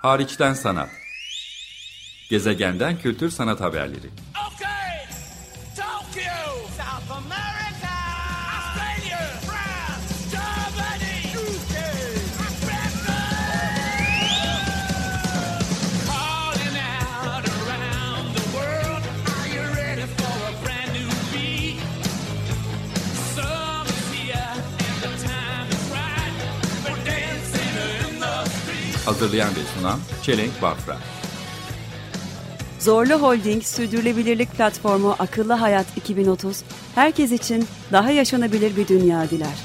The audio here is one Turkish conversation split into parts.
Hariçten sanat. Gezegenden kültür sanat haberleri. Okay, Tokyo, South America, Australia, France, Germany, UK, calling out around the world. Are you ready for a brand new beat? Summer's here and the time is right. We're dancing in the street. Hazırlayan ve sunan Çelenk Bafra. Zorlu Holding Sürdürülebilirlik Platformu Akıllı Hayat 2030, herkes için daha yaşanabilir bir dünya diler.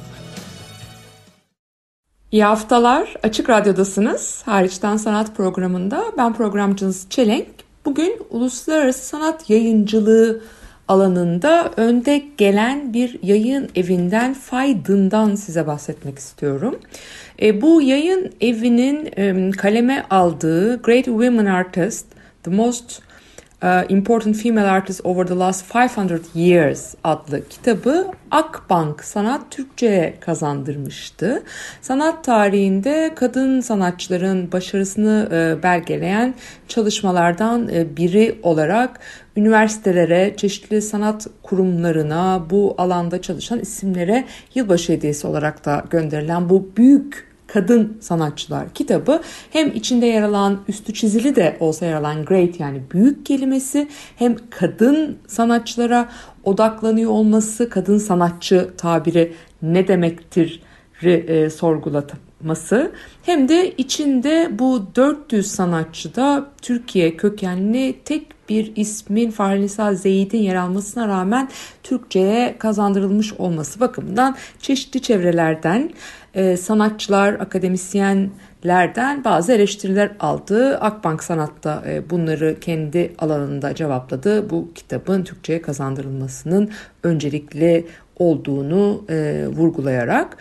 İyi haftalar, Açık Radyo'dasınız. Hariçten Sanat programında ben programcınız Çelenk. Bugün uluslararası sanat yayıncılığı alanında önde gelen bir yayın evinden, Phaidon'dan size bahsetmek istiyorum. Bu yayın evinin kaleme aldığı Great Women Artists, The Most Important Female Artists Over the Last 500 Years adlı kitabı Akbank Sanat Türkçe'ye kazandırmıştı. Sanat tarihinde kadın sanatçıların başarısını belgeleyen çalışmalardan biri olarak üniversitelere, çeşitli sanat kurumlarına, bu alanda çalışan isimlere yılbaşı hediyesi olarak da gönderilen bu büyük Kadın Sanatçılar kitabı hem içinde yer alan, üstü çizili de olsa yer alan great, yani büyük kelimesi, hem kadın sanatçılara odaklanıyor olması, kadın sanatçı tabiri ne demektir sorgulatması, hem de içinde bu 400 sanatçıda Türkiye kökenli tek bir ismin, Fahrunisa Zeyd'in yer almasına rağmen Türkçe'ye kazandırılmış olması bakımından çeşitli çevrelerden, sanatçılar, akademisyenlerden bazı eleştiriler aldı. Akbank Sanat'ta bunları kendi alanında cevapladı. Bu kitabın Türkçe'ye kazandırılmasının öncelikli olduğunu vurgulayarak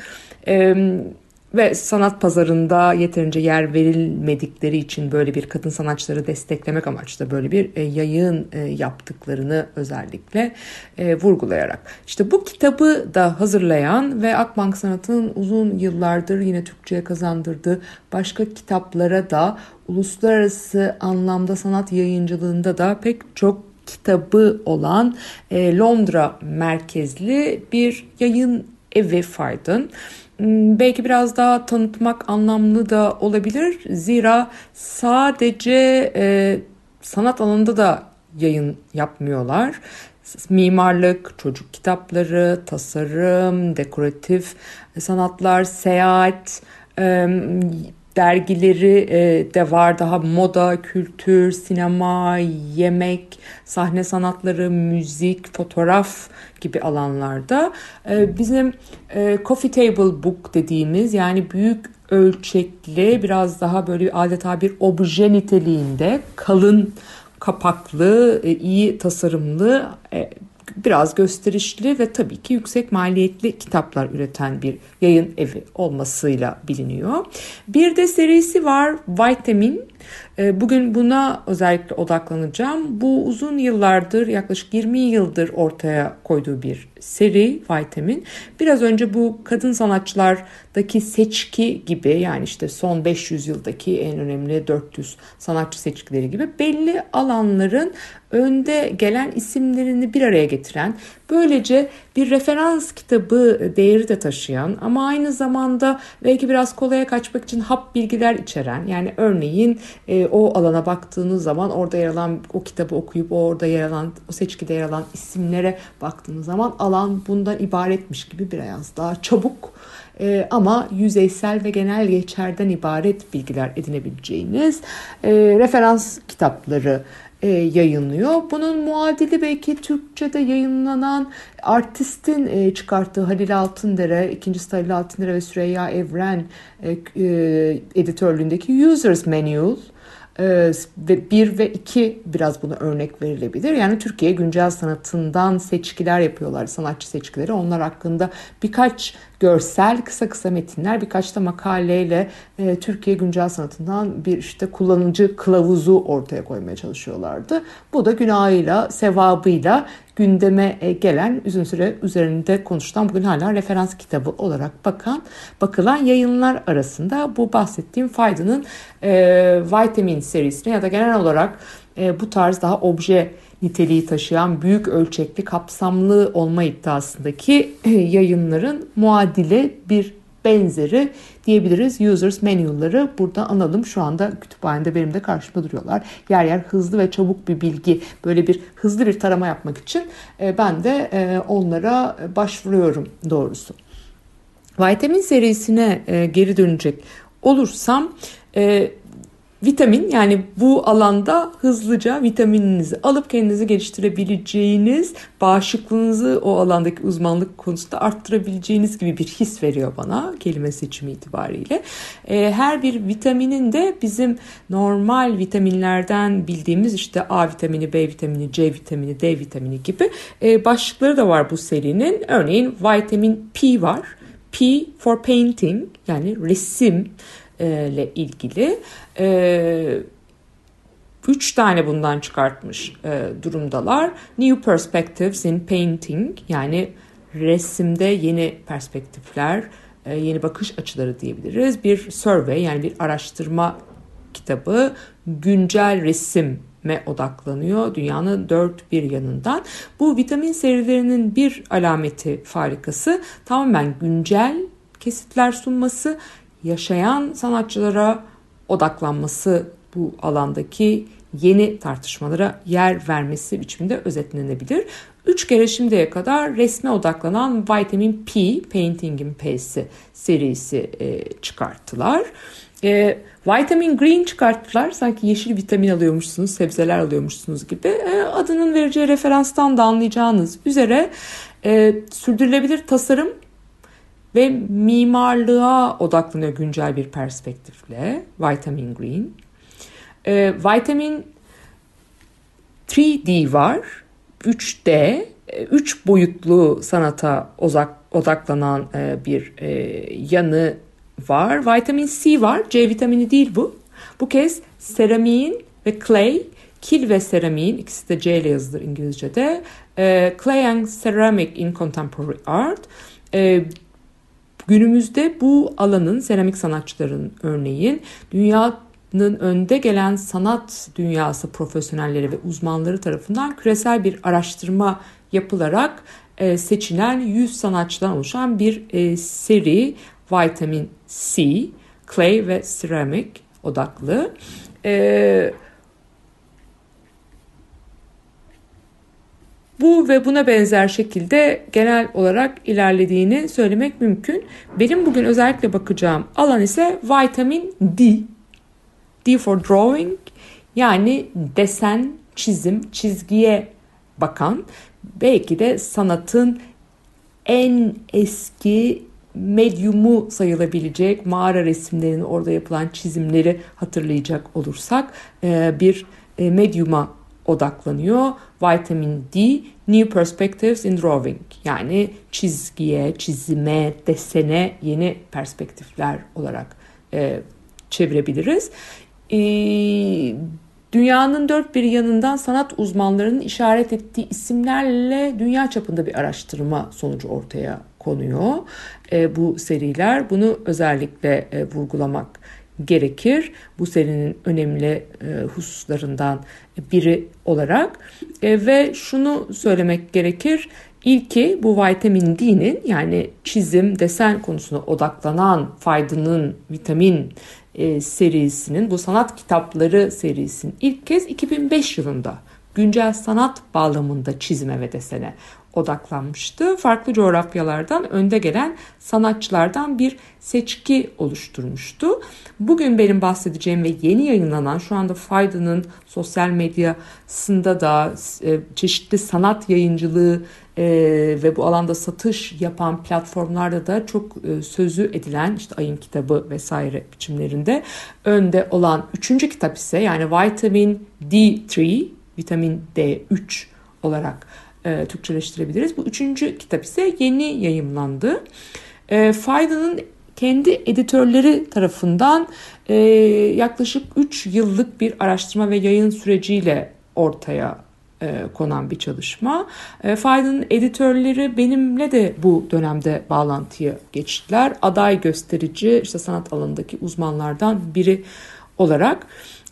ve sanat pazarında yeterince yer verilmedikleri için böyle bir kadın sanatçıları desteklemek amaçlı böyle bir yayın yaptıklarını özellikle vurgulayarak. İşte bu kitabı da hazırlayan ve Akbank Sanat'ın uzun yıllardır yine Türkçe'ye kazandırdığı başka kitaplara da uluslararası anlamda sanat yayıncılığında da pek çok kitabı olan Londra merkezli bir yayın evi Phaidon. Belki biraz daha tanıtmak anlamlı da olabilir. Zira sadece sanat alanında da yayın yapmıyorlar. Mimarlık, çocuk kitapları, tasarım, dekoratif sanatlar, seyahat, dergileri de var. Daha moda, kültür, sinema, yemek, sahne sanatları, müzik, fotoğraf gibi alanlarda. Bizim coffee table book dediğimiz, yani büyük ölçekli, biraz daha böyle adeta bir obje niteliğinde, kalın kapaklı, iyi tasarımlı, biraz gösterişli ve tabii ki yüksek maliyetli kitaplar üreten bir yayın evi olmasıyla biliniyor. Bir de serisi var, Vitamin. Bugün buna özellikle odaklanacağım. Bu uzun yıllardır, yaklaşık 20 yıldır ortaya koyduğu bir seri Vitamin. Biraz önce bu kadın sanatçılardaki seçki gibi, yani işte son 500 yıldaki en önemli 400 sanatçı seçkileri gibi belli alanların önde gelen isimlerini bir araya getiren, böylece bir referans kitabı değeri de taşıyan ama aynı zamanda belki biraz kolaya kaçmak için hap bilgiler içeren, yani örneğin o alana baktığınız zaman orada yer alan, o kitabı okuyup orada yer alan, o seçkide yer alan isimlere baktığınız zaman alan bundan ibaretmiş gibi biraz daha çabuk ama yüzeysel ve genel geçerden ibaret bilgiler edinebileceğiniz referans kitapları yayınlıyor. Bunun muadili belki Türkçe'de yayınlanan Artist'in çıkarttığı Halil Altındere, ikincisi Halil Altındere ve Süreyya Evren editörlüğündeki User's Manual ve 1 ve 2 biraz buna örnek verilebilir. Yani Türkiye güncel sanatından seçkiler yapıyorlar, sanatçı seçkileri. Onlar hakkında birkaç görsel, kısa metinler, birkaç da makaleyle Türkiye güncel sanatından bir işte kullanıcı kılavuzu ortaya koymaya çalışıyorlardı. Bu da günahıyla, sevabıyla gündeme gelen, uzun süre üzerinde konuşulan, bugün hala referans kitabı olarak bakılan yayınlar arasında bu bahsettiğim Fayda'nın Vitamin serisine ya da genel olarak bu tarz daha obje niteliği taşıyan büyük ölçekli, kapsamlı olma iddiasındaki yayınların muadili, bir benzeri diyebiliriz. Users Manual'ları burada analım. Şu anda kütüphanede benim de karşımda duruyorlar. Yer yer hızlı ve çabuk bir bilgi, böyle bir hızlı bir tarama yapmak için ben de onlara başvuruyorum doğrusu. Vitamin serisine geri dönecek olursam, vitamin, yani bu alanda hızlıca vitamininizi alıp kendinizi geliştirebileceğiniz, bağışıklığınızı o alandaki uzmanlık konusunda arttırabileceğiniz gibi bir his veriyor bana kelime seçimi itibariyle. Her bir vitaminin de bizim normal vitaminlerden bildiğimiz işte A vitamini, B vitamini, C vitamini, D vitamini gibi başlıkları da var bu serinin. Örneğin vitamin P var. P for painting, yani resim ile ilgili 3 tane bundan çıkartmış durumdalar. New Perspectives in Painting, yani resimde yeni perspektifler, yeni bakış açıları diyebiliriz. Bir survey, yani bir araştırma kitabı, güncel resime odaklanıyor dünyanın dört bir yanından. Bu vitamin serilerinin bir alameti farikası tamamen güncel kesitler sunması, yaşayan sanatçılara odaklanması, bu alandaki yeni tartışmalara yer vermesi biçiminde özetlenebilir. 3 kere şimdiye kadar resme odaklanan Vitamin P, Painting'in P'si serisi çıkarttılar. Vitamin Green çıkarttılar. Sanki yeşil vitamin alıyormuşsunuz, sebzeler alıyormuşsunuz gibi. Adının vereceği referanstan da anlayacağınız üzere sürdürülebilir tasarım ve mimarlığa odaklanıyor güncel bir perspektifle Vitamin Green. Vitamin 3D var. 3D, 3 boyutlu sanata odaklanan bir yanı var. Vitamin C var. C vitamini değil bu. Bu kez seramiğin ve clay, kil ve seramiğin, ikisi de C ile yazılır İngilizce'de. Clay and Ceramic in Contemporary Art. Günümüzde bu alanın, seramik sanatçıların örneğin, dünyanın önde gelen sanat dünyası profesyonelleri ve uzmanları tarafından küresel bir araştırma yapılarak seçilen 100 sanatçıdan oluşan bir seri Vitamin C, Clay ve Ceramic odaklı. Bu ve buna benzer şekilde genel olarak ilerlediğini söylemek mümkün. Benim bugün özellikle bakacağım alan ise Vitamin D. D for drawing, yani desen, çizim, çizgiye bakan, belki de sanatın en eski medyumu sayılabilecek, mağara resimlerinin orada yapılan çizimleri hatırlayacak olursak bir medyuma odaklanıyor. Vitamin D, New Perspectives in Drawing, yani çizgiye, çizime, desene yeni perspektifler olarak çevirebiliriz. Dünyanın dört bir yanından sanat uzmanlarının işaret ettiği isimlerle dünya çapında bir araştırma sonucu ortaya konuyor. Bu seriler, bunu özellikle vurgulamak gerekir. Bu serinin önemli hususlarından biri olarak ve şunu söylemek gerekir. İlki bu Vitamin D'nin, yani çizim, desen konusuna odaklanan Fayda'nın vitamin serisinin, bu sanat kitapları serisinin ilk kez 2005 yılında güncel sanat bağlamında çizime ve desene odaklanmıştı. Farklı coğrafyalardan önde gelen sanatçılardan bir seçki oluşturmuştu. Bugün benim bahsedeceğim ve yeni yayınlanan, şu anda Fayda'nın sosyal medyasında da çeşitli sanat yayıncılığı ve bu alanda satış yapan platformlarda da çok sözü edilen, işte Ayın Kitabı vesaire biçimlerinde önde olan 3. kitap ise, yani Vitamin D3, Vitamin D3 olarak Türkçeleştirebiliriz. Bu 3. kitap ise yeni yayımlandı. Fayda'nın kendi editörleri tarafından yaklaşık 3 yıllık bir araştırma ve yayın süreciyle ortaya konan bir çalışma. Fayda'nın editörleri benimle de bu dönemde bağlantıya geçtiler. Aday gösterici işte sanat alanındaki uzmanlardan biri olarak.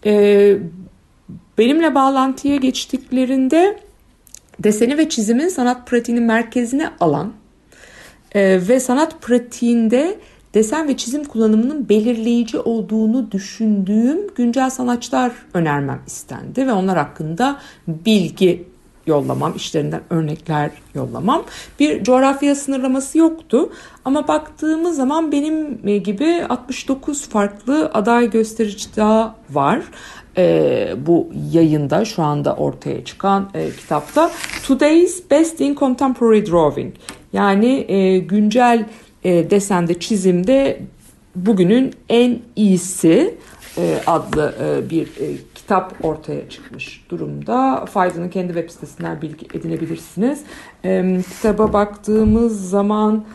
Benimle bağlantıya geçtiklerinde deseni ve çizimin sanat pratiğinin merkezine alan ve sanat pratiğinde desen ve çizim kullanımının belirleyici olduğunu düşündüğüm güncel sanatçılar önermem istendi ve onlar hakkında bilgi yollamam, işlerinden örnekler yollamam. Bir coğrafya sınırlaması yoktu ama baktığımız zaman benim gibi 69 farklı aday gösterici daha var. Bu yayında şu anda ortaya çıkan kitapta Today's Best in Contemporary Drawing, yani güncel desende, çizimde bugünün en iyisi adlı bir kitap ortaya çıkmış durumda. Fayda'nın kendi web sitesinden bilgi edinebilirsiniz. Kitaba baktığımız zaman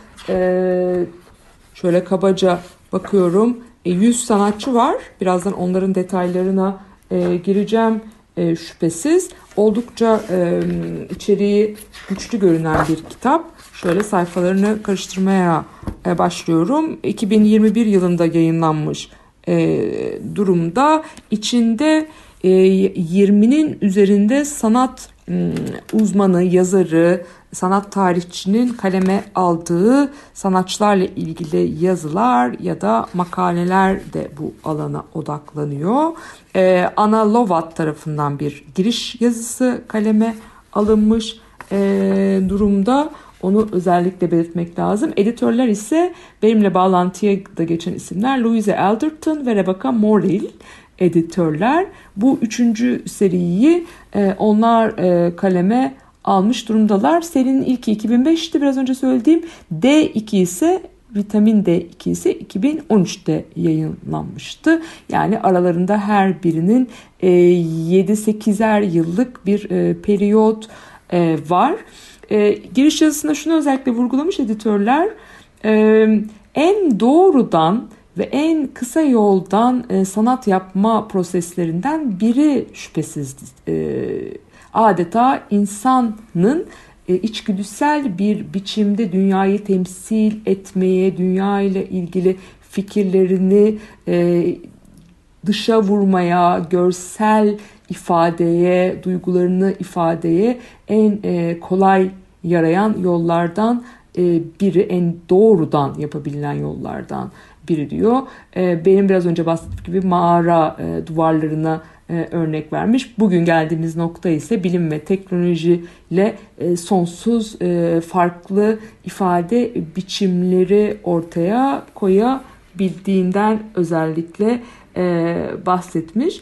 şöyle kabaca bakıyorum. 100 sanatçı var. Birazdan onların detaylarına gireceğim şüphesiz. Oldukça içeriği güçlü görünen bir kitap. Şöyle sayfalarını karıştırmaya başlıyorum. 2021 yılında yayınlanmış durumda. İçinde 20'nin üzerinde sanat uzmanı, yazarı, sanat tarihçinin kaleme aldığı sanatçılarla ilgili yazılar ya da makaleler de bu alana odaklanıyor. Anna Lovat tarafından bir giriş yazısı kaleme alınmış durumda. Onu özellikle belirtmek lazım. Editörler ise benimle bağlantıya da geçen isimler Louise Alderton ve Rebecca Morley editörler. Bu üçüncü seriyi onlar kaleme almış durumdalar. Serinin ilki 2005'ti biraz önce söylediğim. D2 ise Vitamin D2 ise 2013'te yayınlanmıştı. Yani aralarında her birinin 7-8'er yıllık bir periyot var. Giriş yazısında şunu özellikle vurgulamış editörler. En doğrudan ve en kısa yoldan sanat yapma proseslerinden biri şüphesiz adeta insanın içgüdüsel bir biçimde dünyayı temsil etmeye, dünya ile ilgili fikirlerini dışa vurmaya, görsel ifadeye, duygularını ifadeye en kolay yarayan yollardan biri, en doğrudan yapabilen yollardan biri diyor. Benim biraz önce bahsettiğim gibi mağara duvarlarına örnek vermiş. Bugün geldiğimiz nokta ise bilim ve teknolojiyle sonsuz farklı ifade biçimleri ortaya koyabildiğinden özellikle bahsetmiş.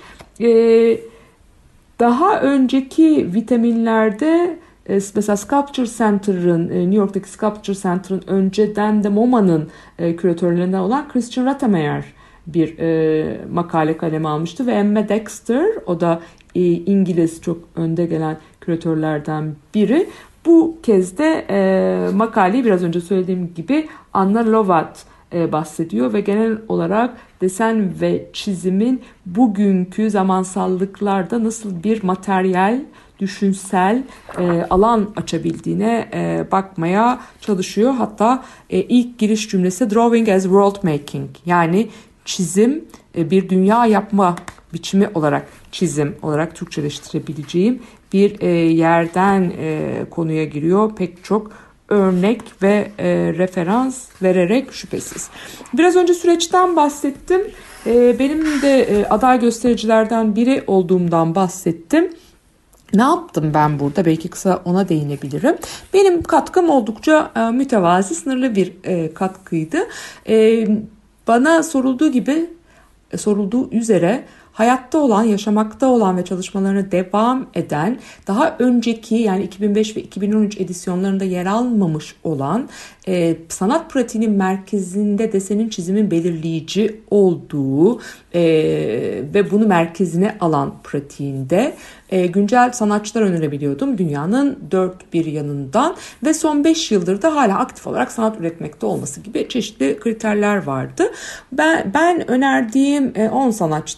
Daha önceki vitaminlerde mesela Sculpture Center'ın, New York'taki Sculpture Center'ın önceden de MoMA'nın küratörlerinden olan Christian Rottemeyer bir makale kaleme almıştı ve Emma Dexter, o da İngiliz çok önde gelen küratörlerden biri. Bu kez de makaleyi biraz önce söylediğim gibi Anna Lovat bahsediyor ve genel olarak desen ve çizimin bugünkü zamansallıklarda nasıl bir materyal, düşünsel alan açabildiğine bakmaya çalışıyor. Hatta ilk giriş cümlesi Drawing as World Making, yani çizim bir dünya yapma biçimi olarak, çizim olarak Türkçeleştirebileceğim bir yerden konuya giriyor. Pek çok örnek ve referans vererek şüphesiz. Biraz önce süreçten bahsettim. Benim de aday göstericilerden biri olduğumdan bahsettim. Ne yaptım ben burada? Belki kısa ona değinebilirim. Benim katkım oldukça mütevazi, sınırlı bir katkıydı. Bana sorulduğu üzere hayatta olan, yaşamakta olan ve çalışmalarına devam eden, daha önceki yani 2005 ve 2013 edisyonlarında yer almamış olan sanat pratiğinin merkezinde desenin, çizimin belirleyici olduğu ve bunu merkezine alan pratiğinde güncel sanatçılar önerebiliyordum dünyanın dört bir yanından ve son 5 yıldır da hala aktif olarak sanat üretmekte olması gibi çeşitli kriterler vardı. Ben önerdiğim 10 sanatçı da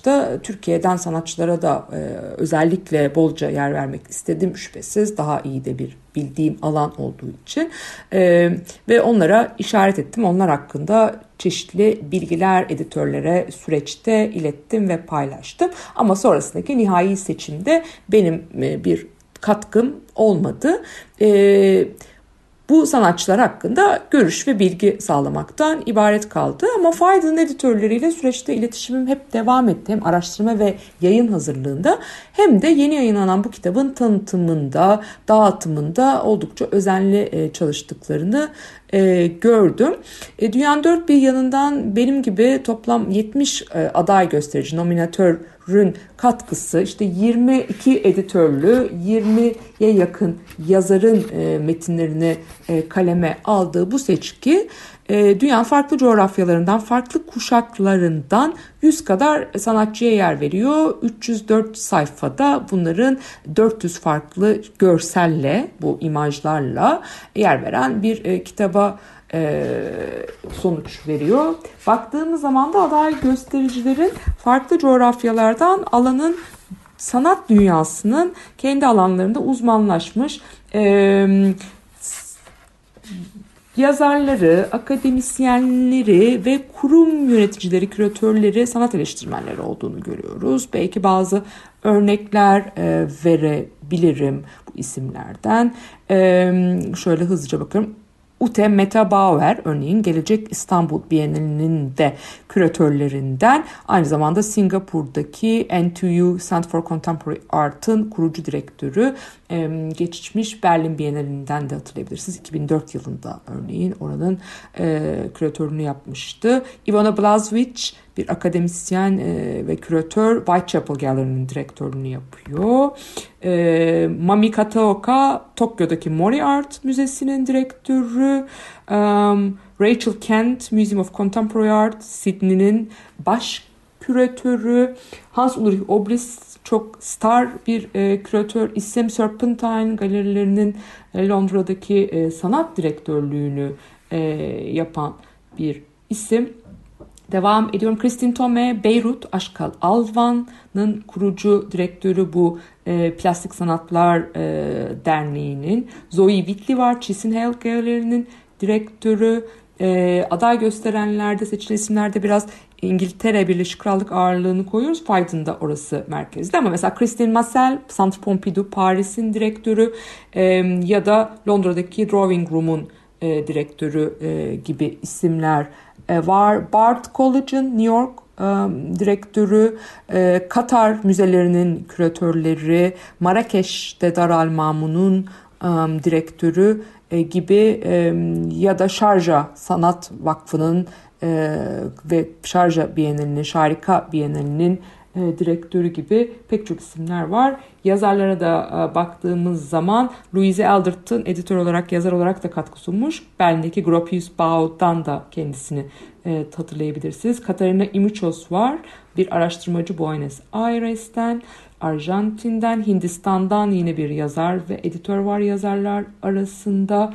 Türkiye'den sanatçılara da özellikle bolca yer vermek istedim şüphesiz. Daha iyi de bir bildiğim alan olduğu için. Ve onlara işaret ettim. Onlar hakkında çeşitli bilgiler editörlere süreçte ilettim ve paylaştım. Ama sonrasındaki nihai seçimde benim bir katkım olmadı. Bu sanatçılar hakkında görüş ve bilgi sağlamaktan ibaret kaldı. Ama Phaidon'un editörleriyle süreçte iletişimim hep devam etti. Hem araştırma ve yayın hazırlığında hem de yeni yayınlanan bu kitabın tanıtımında, dağıtımında oldukça özenli çalıştıklarını gördüm. Dünyanın dört bir yanından benim gibi toplam 70 aday gösterici, nominatörün katkısı, işte 22 editörlü, 20'ye yakın yazarın metinlerini kaleme aldığı bu seçki dünyanın farklı coğrafyalarından, farklı kuşaklarından 100 kadar sanatçıya yer veriyor. 304 sayfada bunların 400 farklı görselle, bu imajlarla yer veren bir kitaba sonuç veriyor. Baktığımız zaman da aday göstericilerin farklı coğrafyalardan alanın, sanat dünyasının kendi alanlarında uzmanlaşmış yazarları, akademisyenleri ve kurum yöneticileri, küratörleri, sanat eleştirmenleri olduğunu görüyoruz. Belki bazı örnekler verebilirim bu isimlerden. Şöyle hızlıca bakıyorum. Ute Meta-Bauer örneğin Gelecek İstanbul Bienalinin de küratörlerinden, aynı zamanda Singapur'daki NTU Center for Contemporary Art'ın kurucu direktörü, geçmiş Berlin Bienalinden de hatırlayabilirsiniz. 2004 yılında örneğin oranın küratörünü yapmıştı. Ivana Blazevich bir akademisyen ve küratör, Whitechapel Gallery'nin direktörlüğünü yapıyor. Mami Kataoka Tokyo'daki Mori Art Müzesi'nin direktörü. Rachel Kent Museum of Contemporary Art Sydney'nin baş küratörü. Hans Ulrich Obrist çok star bir küratör isim. Serpentine galerilerinin Londra'daki sanat direktörlüğünü yapan bir isim. Devam ediyorum. Christine Tome, Beyrut Aşkal Alvan'ın kurucu direktörü, bu Plastik Sanatlar Derneği'nin. Zoe Whitley var, Chisenhale Galeri'nin direktörü. Aday gösterenlerde, seçilen isimlerde biraz İngiltere, Birleşik Krallık ağırlığını koyuyoruz. Phaidon'da orası merkezde, ama mesela Christine Massel, Centre Pompidou Paris'in direktörü ya da Londra'daki Drawing Room'un direktörü gibi isimler var. Bard College'ın New York direktörü, Katar müzelerinin küratörleri, Marrakeş'te Dar el Mamun'un direktörü gibi ya da Şarja Sanat Vakfı'nın ve Şarja Bienalinin, Şarika Bienalinin direktörü gibi pek çok isimler var. Yazarlara da baktığımız zaman Louise Alderton editör olarak, yazar olarak da katkı sunmuş. Berlin'deki Gropius Bau'dan da kendisini hatırlayabilirsiniz. Katarina Imichos var, bir araştırmacı, Buenos Aires'ten. Arjantin'den, Hindistan'dan yine bir yazar ve editör var yazarlar arasında.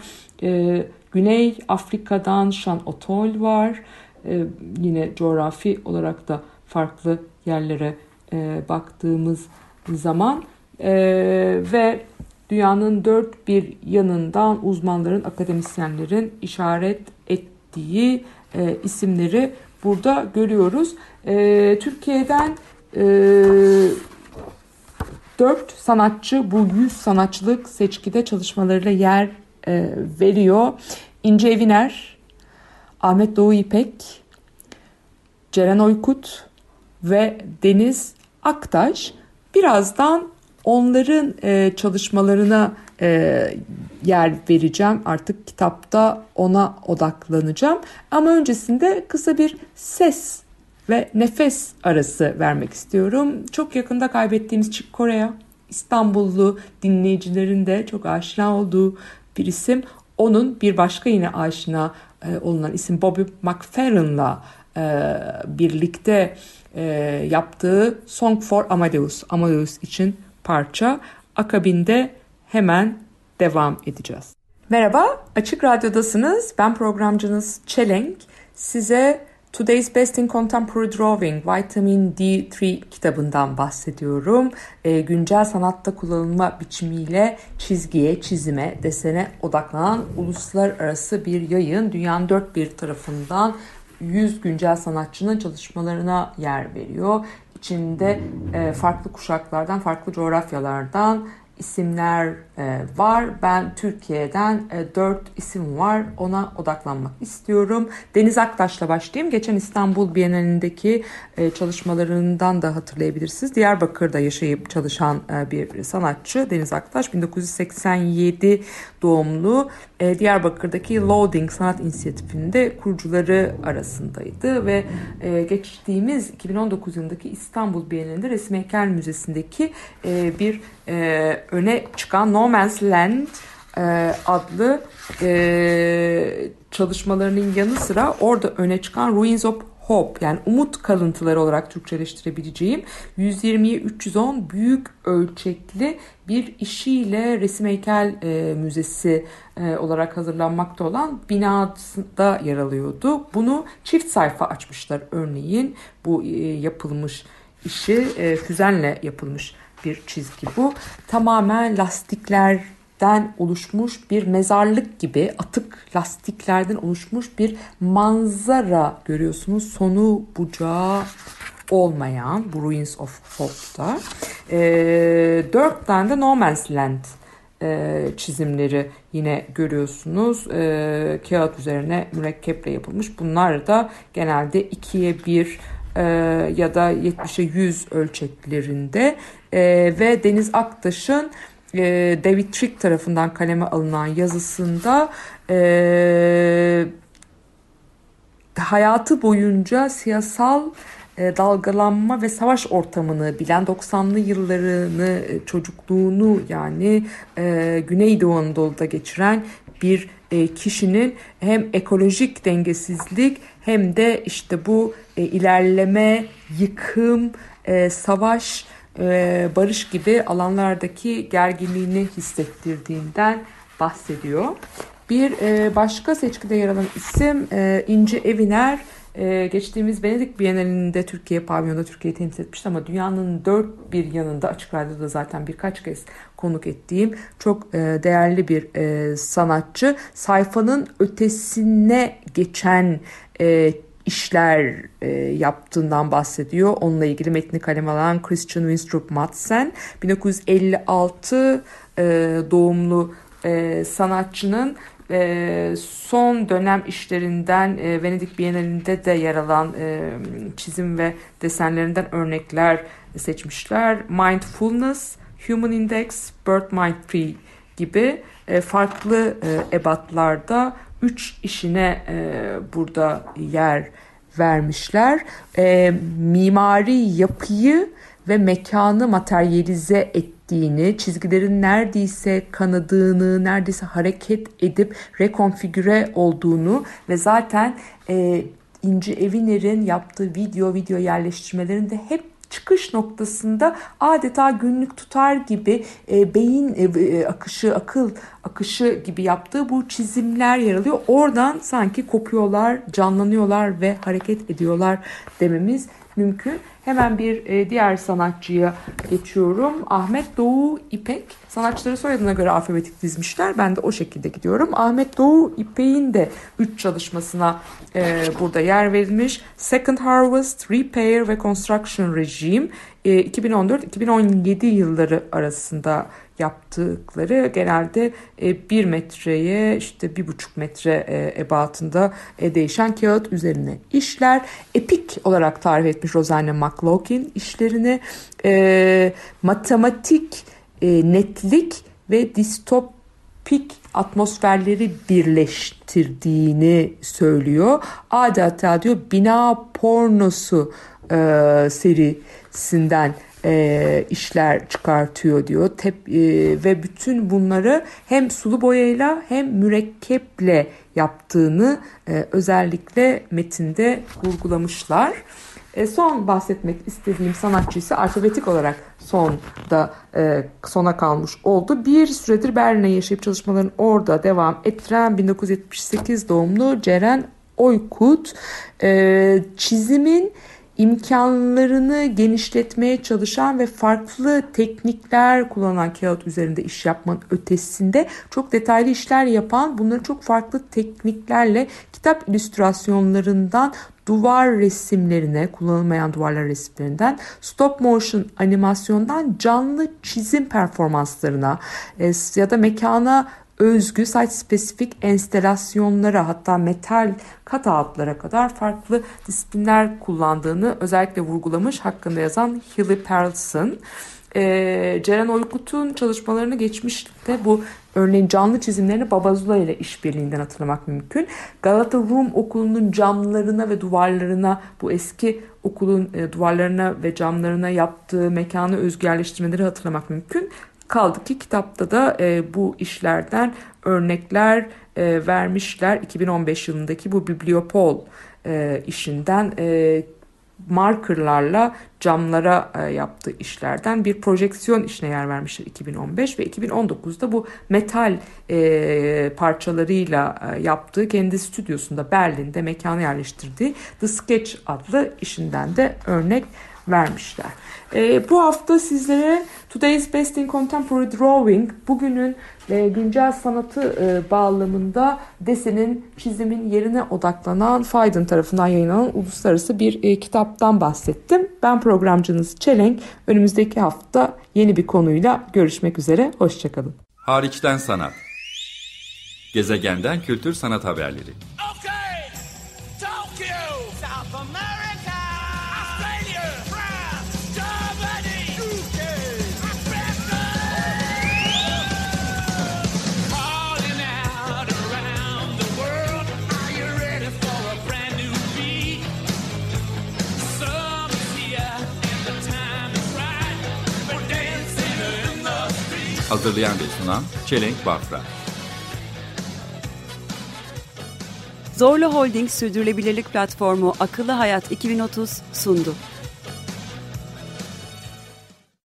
Güney Afrika'dan Sean Otol var. Yine coğrafi olarak da farklı yerlere baktığımız zaman ve dünyanın dört bir yanından uzmanların, akademisyenlerin işaret ettiği isimleri burada görüyoruz. Türkiye'den 4 sanatçı bu 100 sanatçılık seçkide çalışmalarıyla yer veriyor. İnce Eviner, Ahmet Doğu İpek, Ceren Oykut ve Deniz Aktaş. Birazdan onların çalışmalarına yer vereceğim. Artık kitapta ona odaklanacağım. Ama öncesinde kısa bir ses ve nefes arası vermek istiyorum. Çok yakında kaybettiğimiz Chick Corea, İstanbullu dinleyicilerin de çok aşina olduğu bir isim. Onun bir başka yine aşina olunan isim Bobby McFerrin'la birlikte yaptığı Song for Amadeus için parça. Akabinde hemen devam edeceğiz. Merhaba, Açık Radyo'dasınız. Ben programcınız Çelenk. Size Today's Best in Contemporary Drawing, Vitamin D3 kitabından bahsediyorum. Güncel sanatta kullanılma biçimiyle çizgiye, çizime, desene odaklanan uluslararası bir yayın. Dünyanın dört bir tarafından 100 güncel sanatçının çalışmalarına yer veriyor. İçinde farklı kuşaklardan, farklı coğrafyalardan isimler var. Ben Türkiye'den 4 isim var. Ona odaklanmak istiyorum. Deniz Aktaş'la başlayayım. Geçen İstanbul Bienalindeki çalışmalarından da hatırlayabilirsiniz. Diyarbakır'da yaşayıp çalışan bir sanatçı Deniz Aktaş. 1987 doğumlu. Diyarbakır'daki Loading Sanat İnisiyatifi'nde kurucuları arasındaydı ve geçtiğimiz 2019 yılındaki İstanbul Bienalinde Resim Heykel Müzesi'ndeki bir öne çıkan No Man's Land adlı çalışmalarının yanı sıra orada öne çıkan Ruins of Hope, yani umut kalıntıları olarak Türkçeleştirebileceğim 120'ye 310 büyük ölçekli bir işiyle Resim Heykel Müzesi olarak hazırlanmakta olan binada yer alıyordu. Bunu çift sayfa açmışlar örneğin. Bu yapılmış işi füzenle yapılmış bir çizgi bu. Tamamen lastiklerden oluşmuş bir mezarlık gibi, atık lastiklerden oluşmuş bir manzara görüyorsunuz. Sonu bucağı olmayan bu Ruins of Hope'da. 4 tane de No Man's Land çizimleri yine görüyorsunuz. Kağıt üzerine mürekkeple yapılmış. Bunlar da genelde 2'ye 1 ya da 70'e 100 ölçeklerinde ve Deniz Aktaş'ın David Trick tarafından kaleme alınan yazısında hayatı boyunca siyasal dalgalanma ve savaş ortamını bilen, 90'lı yıllarını, çocukluğunu yani Güneydoğu Anadolu'da geçiren bir kişinin hem ekolojik dengesizlik hem de işte bu ilerleme, yıkım, savaş, barış gibi alanlardaki gerginliğini hissettirdiğinden bahsediyor. Bir başka seçkide yer alan isim İnci Eviner. Geçtiğimiz Venedik Bienalinde Türkiye pavyonda Türkiye'yi temsil etmişti ama dünyanın dört bir yanında, Açık Radyo'da zaten birkaç kez konuk ettiğim çok değerli bir sanatçı. Sayfanın ötesine geçen işler yaptığından bahsediyor. Onunla ilgili metni kaleme alan Christian Winstrup Madsen, 1956 doğumlu sanatçının son dönem işlerinden Venedik Bienalinde de yer alan çizim ve desenlerinden örnekler seçmişler. Mindfulness, Human Index, Bird Mind Tree gibi farklı ebatlarda 3 işine burada yer vermişler. Mimari yapıyı ve mekanı materyalize ettiğini, çizgilerin neredeyse kanadığını, neredeyse hareket edip rekonfigüre olduğunu ve zaten İnci Eviner'in yaptığı video yerleştirmelerinde hep çıkış noktasında adeta günlük tutar gibi beyin akışı, akıl akışı gibi yaptığı bu çizimler yer alıyor. Oradan sanki kopuyorlar, canlanıyorlar ve hareket ediyorlar dememiz mümkün. Hemen bir diğer sanatçıya geçiyorum. Ahmet Doğu İpek. Sanatçıları soyadına göre alfabetik dizmişler. Ben de o şekilde gidiyorum. Ahmet Doğu İpek'in de 3 çalışmasına burada yer verilmiş. Second Harvest, Repair ve Construction Regime 2014-2017 yılları arasında yaptıkları, genelde 1 metreye işte 1,5 metre ebatında değişen kağıt üzerine işler. Epik olarak tarif etmiş Rosanne McLaughlin işlerini. Matematik, netlik ve distopik atmosferleri birleştirdiğini söylüyor. Adeta diyor bina pornosu serisinden işler çıkartıyor diyor. Ve bütün bunları hem sulu boyayla hem mürekkeple yaptığını özellikle metinde vurgulamışlar. Son bahsetmek istediğim sanatçı ise alfabetik olarak sona kalmış oldu. Bir süredir Berlin'e yaşayıp çalışmalarını orada devam ettiren 1978 doğumlu Ceren Oykut çizimin imkanlarını genişletmeye çalışan ve farklı teknikler kullanan kağıt üzerinde iş yapmanın ötesinde çok detaylı işler yapan, bunları çok farklı tekniklerle kitap illüstrasyonlarından duvar resimlerine, kullanılmayan duvarlar resimlerinden, stop motion animasyondan canlı çizim performanslarına ya da mekana özgü site-spesifik enstelasyonlara, hatta metal cutout'lara kadar farklı disiplinler kullandığını özellikle vurgulamış, hakkında yazan Hilly Perlson. Ceren Oykut'un çalışmalarını geçmişte bu örneğin canlı çizimlerini Babazula ile işbirliğinden hatırlamak mümkün. Galata Rum Okulu'nun camlarına ve duvarlarına, bu eski okulun duvarlarına ve camlarına yaptığı mekana özgü yerleştirmeleri hatırlamak mümkün. Kaldı ki kitapta da bu işlerden örnekler vermişler. 2015 yılındaki bu Bibliopol işinden markerlarla camlara yaptığı işlerden bir projeksiyon işine yer vermişler 2015 ve 2019'da bu metal parçalarıyla yaptığı kendi stüdyosunda Berlin'de mekana yerleştirdiği The Sketch adlı işinden de örnek vermişler. Bu hafta sizlere Today's Best in Contemporary Drawing, bugünün güncel sanatı bağlamında desenin, çizimin yerine odaklanan Phaidon tarafından yayınlanan uluslararası bir kitaptan bahsettim. Ben programcınız Çelenk. Önümüzdeki hafta yeni bir konuyla görüşmek üzere. Hoşçakalın. Hariçten sanat. Gezegenden kültür sanat haberleri. Okay, Tokyo, South America, Australia, France, Germany, UK, Africa. Calling out around the world, are you ready for a brand new beat? Summer's here and the time is right. We're dancing in the street. Hazırlayan ve sunan Çelenk Bafra. Zorlu Holding Sürdürülebilirlik Platformu Akıllı Hayat 2030 sundu.